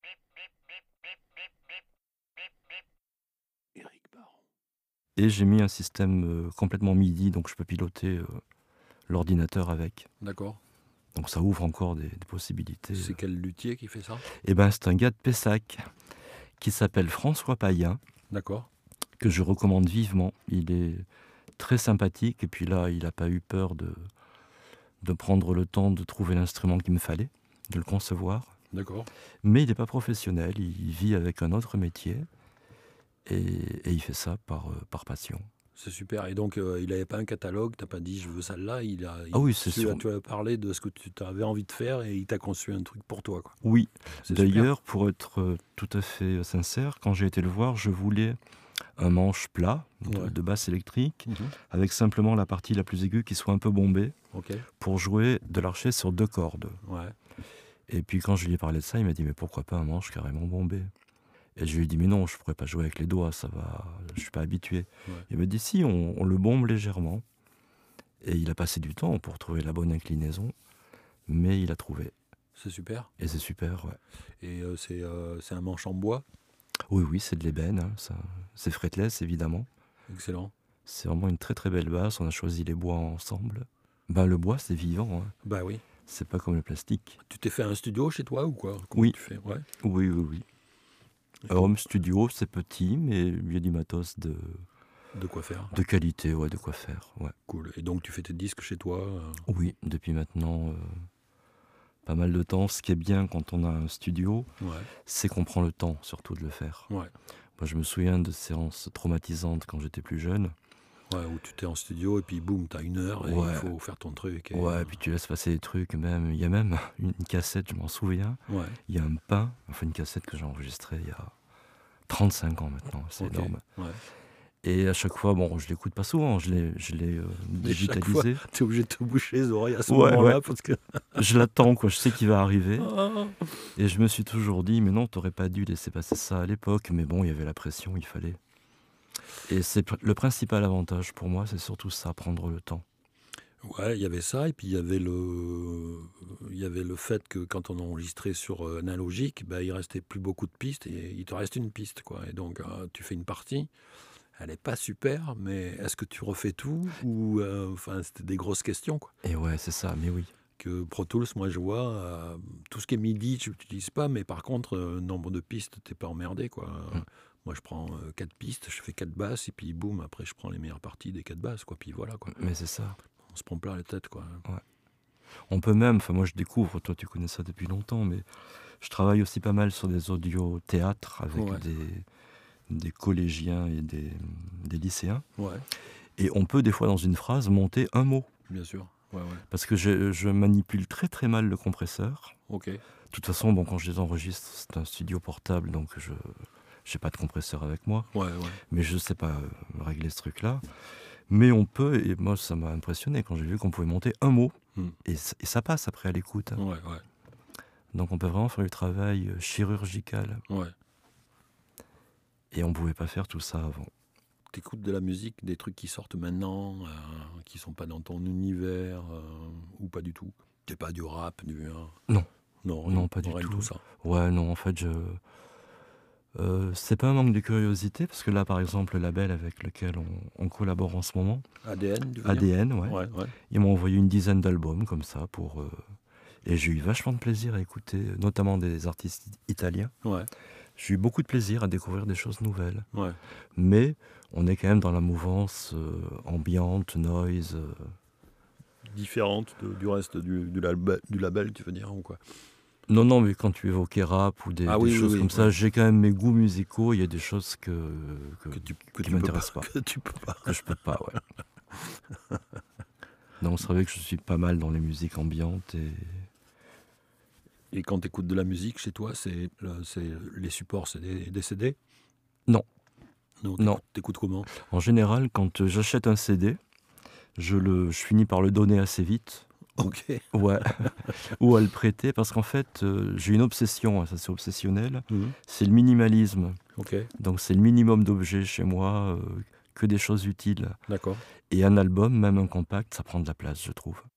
Éric Baron. Et j'ai mis un système complètement MIDI, donc je peux piloter l'ordinateur avec. D'accord. Donc ça ouvre encore des possibilités. C'est quel luthier qui fait ça? Et ben c'est un gars de Pessac qui s'appelle François Payen, D'accord. que je recommande vivement. Il est très sympathique et puis là, il n'a pas eu peur de prendre le temps de trouver l'instrument qu'il me fallait, de le concevoir. D'accord. Mais il n'est pas professionnel, il vit avec un autre métier et il fait ça par passion. C'est super. Et donc, il n'avait pas un catalogue, tu n'as pas dit je veux celle-là. Ah oui, c'est sûr. Tu as parlé de ce que tu avais envie de faire et il t'a conçu un truc pour toi, quoi. Oui, C'est d'ailleurs, pour être tout à fait sincère, quand j'ai été le voir, je voulais un manche plat Ouais. de basse électrique, Mhm. avec simplement la partie la plus aiguë qui soit un peu bombée, Ok. pour jouer de l'archet sur 2 cordes. Ouais. Et puis quand je lui ai parlé de ça, il m'a dit « mais pourquoi pas un manche carrément bombé ?» Et je lui ai dit « mais non, je ne pourrais pas jouer avec les doigts, ça va, je ne suis pas habitué. Ouais. » Il m'a dit « si, on le bombe légèrement. » Et il a passé du temps pour trouver la bonne inclinaison, mais il a trouvé. C'est super. Et c'est super, ouais. Et c'est un manche en bois. Oui, c'est de l'ébène, hein, c'est fretless évidemment. Excellent. C'est vraiment une très très belle basse, on a choisi les bois ensemble. Ben, le bois c'est vivant, hein. Bah oui. C'est pas comme le plastique. Tu t'es fait un studio chez toi ou quoi? Comment Oui. tu fais? Ouais. Oui. Home studio, c'est petit, mais il y a du matos De quoi faire. de qualité, ouais, de quoi faire, ouais. Cool. Et donc tu fais tes disques chez toi? Oui, depuis maintenant pas mal de temps. Ce qui est bien quand on a un studio, Ouais. c'est qu'on prend le temps surtout de le faire. Ouais. Moi, je me souviens de séances traumatisantes quand j'étais plus jeune. Ouais, où tu t'es en studio et puis boum, t'as 1 heure et Ouais. il faut faire ton truc. Et, Ouais, puis tu laisses passer des trucs, même. Il y a même une cassette, je m'en souviens. Ouais. Il y a un pain, enfin une cassette que j'ai enregistrée il y a 35 ans maintenant, c'est Ok. énorme. Ouais. Et à chaque fois, bon, je l'écoute pas souvent, je l'ai Mais chaque fois, digitalisé. t'es obligé de te boucher les oreilles à ce Ouais, moment-là ouais. parce que. Je l'attends, quoi, je sais qu'il va arriver. Ah. Et je me suis toujours dit, mais non, t'aurais pas dû laisser passer ça à l'époque. Mais bon, il y avait la pression, il fallait. Et c'est le principal avantage pour moi, c'est surtout ça, prendre le temps. Ouais, il y avait ça, et puis il y avait le fait que quand on enregistrait sur analogique, bah, il restait plus beaucoup de pistes et il te reste une piste, quoi. Et donc tu fais une partie, elle est pas super, mais est-ce que tu refais tout ou enfin c'était des grosses questions, quoi. Et ouais, c'est ça, mais oui. Que Pro Tools, moi je vois tout ce qui est MIDI, tu n'utilises pas, mais par contre nombre de pistes, t'es pas emmerdé, quoi. Mm. Moi je prends 4 pistes, je fais 4 basses et puis boum, après je prends les meilleures parties des 4 basses, quoi. Puis voilà, quoi. Mais c'est ça. On se prend plein la tête, quoi. On peut même, enfin moi je découvre, toi tu connais ça depuis longtemps, mais je travaille aussi pas mal sur des audios théâtre avec Ouais. des collégiens et des lycéens. Ouais, Et on peut des fois dans une phrase monter un mot. bien sûr. Ouais. Parce que je manipule très très mal le compresseur. Ok. De toute façon, bon, quand je les enregistre, c'est un studio portable, donc je n'ai pas de compresseur avec moi. Ouais. Mais je ne sais pas régler ce truc-là. Mais on peut, et moi ça m'a impressionné quand j'ai vu qu'on pouvait monter un mot. Hmm. Et ça passe après à l'écoute. Hein. Ouais. Donc on peut vraiment faire du travail chirurgical. Ouais. Et on ne pouvait pas faire tout ça avant. T'écoutes de la musique, des trucs qui sortent maintenant, qui sont pas dans ton univers, ou pas du tout. T'es pas du rap, Non. Non, Non, pas du rien de tout. tout ça. Ouais, non, en fait, c'est pas un manque de curiosité, parce que là, par exemple, le label avec lequel on collabore en ce moment, ADN, tu veux dire? ADN, ouais, Ouais. ils m'ont envoyé une dizaine d'albums comme ça, et j'ai eu vachement de plaisir à écouter, notamment des artistes italiens. Ouais. J'ai eu beaucoup de plaisir à découvrir des choses nouvelles. Ouais. Mais on est quand même dans la mouvance ambiante, noise. Différente du reste du label, tu veux dire, ou quoi? Non, mais quand tu évoquais rap ou des choses comme ça, j'ai quand même mes goûts musicaux. Il y a des choses qui m'intéressent pas. Que tu peux pas. Que je peux pas, ouais. Donc c'est vrai que je suis pas mal dans les musiques ambiantes. Et quand tu écoutes de la musique chez toi, c'est les supports, c'est des CD? Non. Non. T'écoutes comment? En général, quand j'achète un CD, je finis par le donner assez vite. Ok. Ouais. Ou à le prêter, parce qu'en fait, j'ai une obsession, ça c'est obsessionnel, c'est le minimalisme. Ok. Donc c'est le minimum d'objets chez moi, que des choses utiles. D'accord. Et un album, même un compact, ça prend de la place, je trouve.